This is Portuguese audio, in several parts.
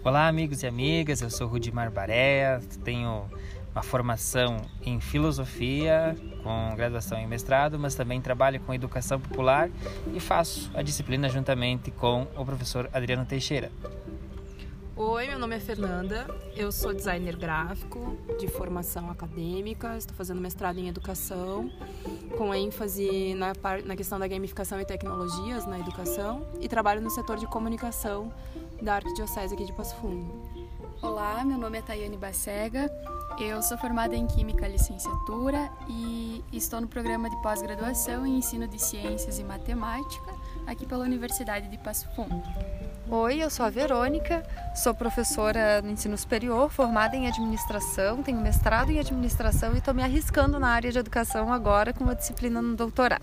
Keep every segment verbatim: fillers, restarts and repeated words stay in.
Olá, amigos e amigas, eu sou Rudimar Barea, tenho uma formação em filosofia, com graduação em mestrado, mas também trabalho com educação popular e faço a disciplina juntamente com o professor Adriano Teixeira. Oi, meu nome é Fernanda, eu sou designer gráfico de formação acadêmica, estou fazendo mestrado em educação, com ênfase na, par- na questão da gamificação e tecnologias na educação, e trabalho no setor de comunicação da Arquidiocese aqui de Passo Fundo. Olá, meu nome é Tayane Bacega, eu sou formada em Química Licenciatura e estou no programa de pós-graduação em Ensino de Ciências e Matemática aqui pela Universidade de Passo Fundo. Oi, eu sou a Verônica, sou professora no ensino superior, formada em administração, tenho mestrado em administração e estou me arriscando na área de educação agora com uma disciplina no doutorado.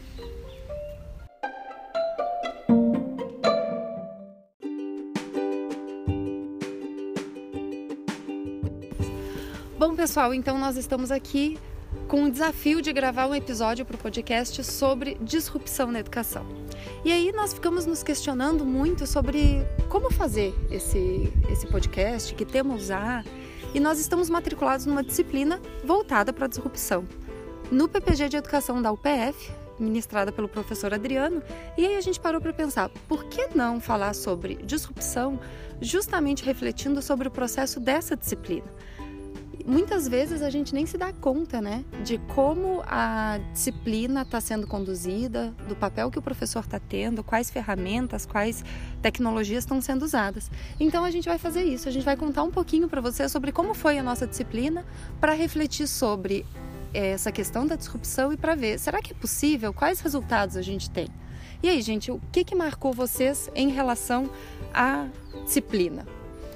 Bom, pessoal, então nós estamos aqui com o desafio de gravar um episódio para o podcast sobre disrupção na educação. E aí nós ficamos nos questionando muito sobre como fazer esse, esse podcast, que tema usar, e nós estamos matriculados numa disciplina voltada para a disrupção, no P P G de Educação da U P F, ministrada pelo professor Adriano, e aí a gente parou para pensar, por que não falar sobre disrupção justamente refletindo sobre o processo dessa disciplina? Muitas vezes a gente nem se dá conta, né, de como a disciplina está sendo conduzida, do papel que o professor está tendo, quais ferramentas, quais tecnologias estão sendo usadas. Então a gente vai fazer isso, a gente vai contar um pouquinho para você sobre como foi a nossa disciplina, para refletir sobre essa questão da disrupção e para ver, será que é possível? Quais resultados a gente tem? E aí, gente, o que, que marcou vocês em relação à disciplina?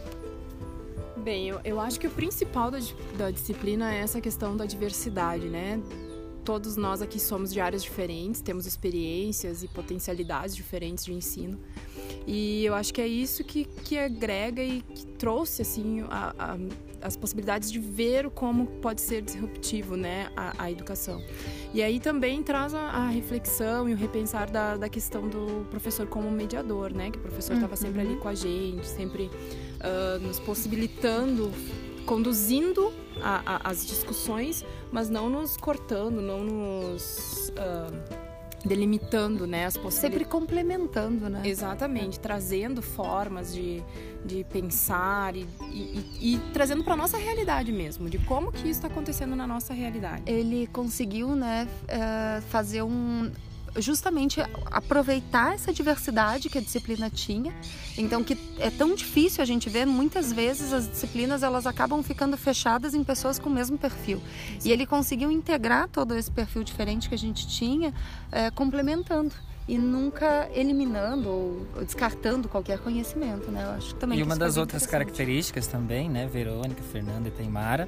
Bem, eu, eu acho que o principal da, da disciplina é essa questão da diversidade, né? Todos nós aqui somos de áreas diferentes, temos experiências e potencialidades diferentes de ensino. E eu acho que é isso que, que agrega e que trouxe, assim, a, a, as possibilidades de ver como pode ser disruptivo, né, a, a educação. E aí também traz a, a reflexão e o repensar da, da questão do professor como mediador, né? Que o professor estava uhum. sempre ali com a gente, sempre uh, nos possibilitando, conduzindo a, a, as discussões, mas não nos cortando, não nos uh, delimitando, né, as possibilidades. Sempre complementando, né? Exatamente, é. trazendo formas de, de pensar e, e, e, e trazendo para a nossa realidade mesmo, de como que isso está acontecendo na nossa realidade. Ele conseguiu, né, fazer um... justamente aproveitar essa diversidade que a disciplina tinha, então que é tão difícil a gente ver, muitas vezes as disciplinas elas acabam ficando fechadas em pessoas com o mesmo perfil. Isso. E ele conseguiu integrar todo esse perfil diferente que a gente tinha, é, complementando e nunca eliminando ou descartando qualquer conhecimento, né? Eu acho também e que uma isso das foi outras características também, né, Verônica, Fernanda e Taimara,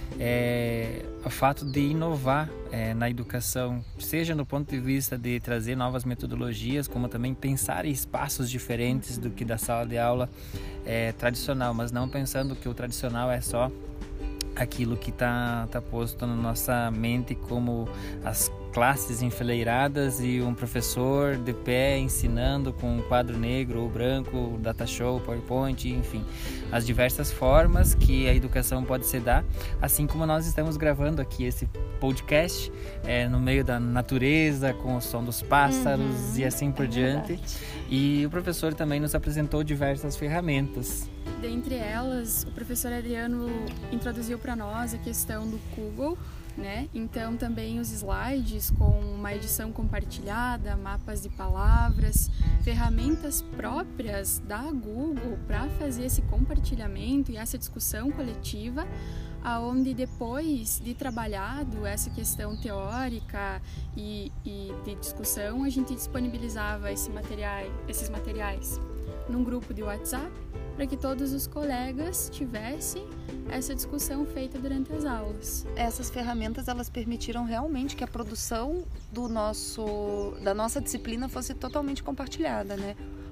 é o fato de inovar é, na educação, seja no ponto de vista de trazer novas metodologias, como também pensar em espaços diferentes do que da sala de aula é, tradicional, mas não pensando que o tradicional é só aquilo que está tá posto na nossa mente como as classes enfileiradas e um professor de pé ensinando com um quadro negro ou branco, data show, PowerPoint, enfim, as diversas formas que a educação pode se dar, assim como nós estamos gravando aqui esse podcast é, no meio da natureza, com o som dos pássaros uhum, e assim por é diante. Verdade. E o professor também nos apresentou diversas ferramentas. Dentre elas, o professor Adriano introduziu para nós a questão do Google, né? Então também os slides com uma edição compartilhada, mapas de palavras, ferramentas próprias da Google para fazer esse compartilhamento e essa discussão coletiva, aonde depois de trabalhado essa questão teórica e, e de discussão, a gente disponibilizava esse material, esses materiais num grupo de WhatsApp, para que todos os colegas tivessem essa discussão feita durante as aulas. Essas ferramentas, elas permitiram realmente que a produção do nosso, da nossa disciplina fosse totalmente compartilhada, né?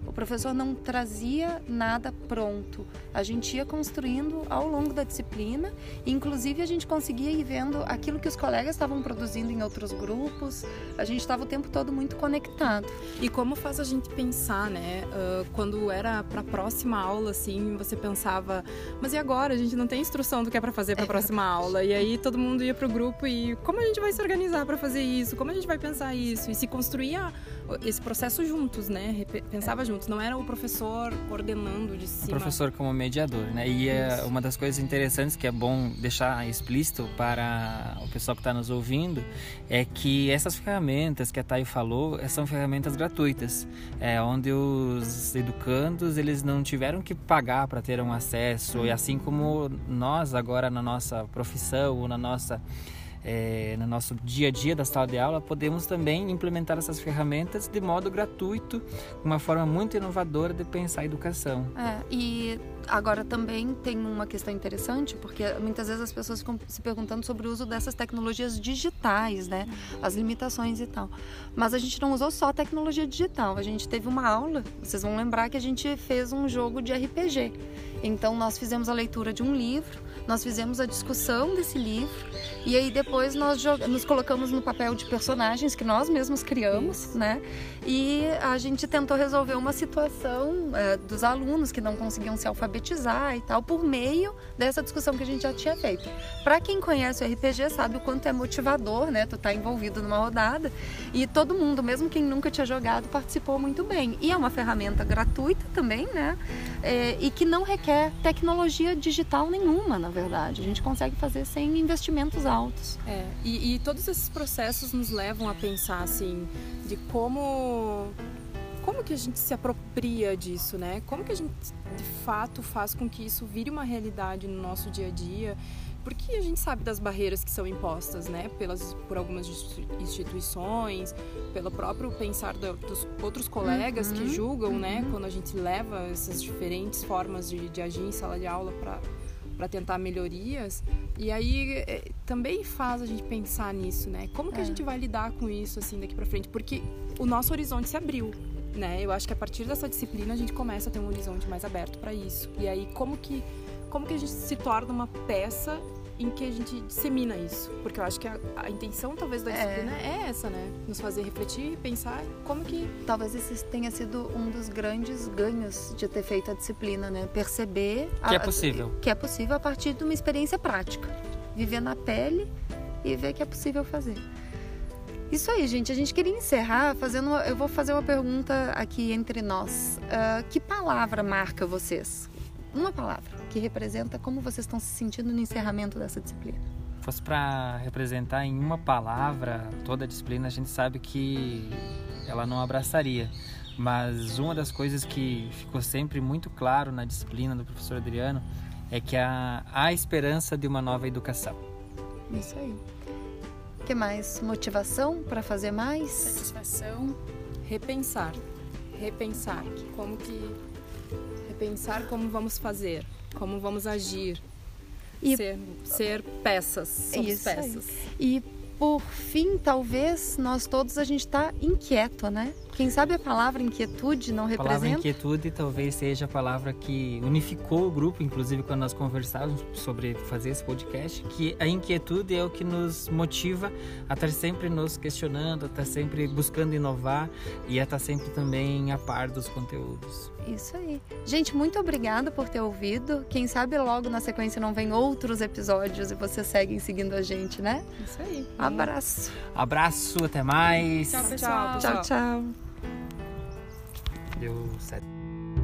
O professor não trazia nada pronto. A gente ia construindo ao longo da disciplina, e inclusive a gente conseguia ir vendo aquilo que os colegas estavam produzindo em outros grupos. A gente estava o tempo todo muito conectado. E como faz a gente pensar, né? Uh, quando era para a próxima aula, assim, você pensava, mas e agora? A gente não tem instrução do que é para fazer para a próxima aula. E aí todo mundo ia pro grupo e como a gente vai se organizar para fazer isso? Como a gente vai pensar isso? E se construía esse processo juntos, né? Pensava é. juntos. Não era o professor ordenando de cima. O professor como mediador, né? E é uma das coisas interessantes que é bom deixar explícito para o pessoal que está nos ouvindo é que essas ferramentas que a Thay falou são ferramentas gratuitas, é, onde os educandos eles não tiveram que pagar para ter um acesso, e assim como nós agora na nossa profissão ou na nossa É, no nosso dia a dia da sala de aula, podemos também implementar essas ferramentas de modo gratuito, uma forma muito inovadora de pensar a educação. É, e agora também tem uma questão interessante, porque muitas vezes as pessoas ficam se perguntando sobre o uso dessas tecnologias digitais, né? As limitações e tal. Mas a gente não usou só tecnologia digital, a gente teve uma aula, vocês vão lembrar que a gente fez um jogo de R P G. Então nós fizemos a leitura de um livro, nós fizemos a discussão desse livro, e aí depois nós jog... nos colocamos no papel de personagens que nós mesmos criamos, Isso. né? E a gente tentou resolver uma situação é, dos alunos que não conseguiam se alfabetizar e tal, por meio dessa discussão que a gente já tinha feito. Para quem conhece o R P G sabe o quanto é motivador, né? Tu tá envolvido numa rodada, e todo mundo, mesmo quem nunca tinha jogado, participou muito bem. E é uma ferramenta gratuita também, né? É, e que não requer tecnologia digital nenhuma, na verdade. A gente consegue fazer sem investimentos altos. É, e, e todos esses processos nos levam a pensar, assim, de como... Como que a gente se apropria disso, né? Como que a gente, de fato, faz com que isso vire uma realidade no nosso dia a dia? Porque a gente sabe das barreiras que são impostas, né? Pelas, por algumas instituições, pelo próprio pensar do, dos outros colegas uhum, que julgam, uhum. né? Quando a gente leva essas diferentes formas de, de agir em sala de aula para para tentar melhorias. E aí é, também faz a gente pensar nisso, né? Como que é. a gente vai lidar com isso, assim, daqui para frente? Porque o nosso horizonte se abriu, né? Eu acho que a partir dessa disciplina a gente começa a ter um horizonte mais aberto para isso. E aí como que, como que a gente se torna uma peça em que a gente dissemina isso? Porque eu acho que a, a intenção talvez da disciplina é. é essa, né? Nos fazer refletir, pensar como que... Talvez esse tenha sido um dos grandes ganhos de ter feito a disciplina, né? Perceber... Que a, é possível. Que é possível a partir de uma experiência prática. Viver na pele e ver que é possível fazer. Isso aí, gente. A gente queria encerrar fazendo... Uma, eu vou fazer uma pergunta aqui entre nós. Uh, que palavra marca vocês? Uma palavra que representa como vocês estão se sentindo no encerramento dessa disciplina. Se fosse para representar em uma palavra toda a disciplina, a gente sabe que ela não abraçaria. Mas uma das coisas que ficou sempre muito claro na disciplina do professor Adriano é que há a esperança de uma nova educação. Isso aí. O que mais? Motivação para fazer mais? Satisfação. Repensar. Repensar. Como que... Repensar como vamos fazer, como vamos agir. E... Ser, ser peças. Somos Isso peças. Aí. E por fim, talvez, nós todos a gente está inquieto, né? Quem sabe a palavra inquietude não representa? A palavra inquietude talvez seja a palavra que unificou o grupo, inclusive quando nós conversávamos sobre fazer esse podcast, que a inquietude é o que nos motiva a estar sempre nos questionando, a estar sempre buscando inovar e a estar sempre também a par dos conteúdos. Isso aí. Gente, muito obrigada por ter ouvido. Quem sabe logo na sequência não vem outros episódios e vocês seguem seguindo a gente, né? Isso aí. Abraço. Abraço, até mais. Tchau, pessoal. Tchau, tchau. Deu certo.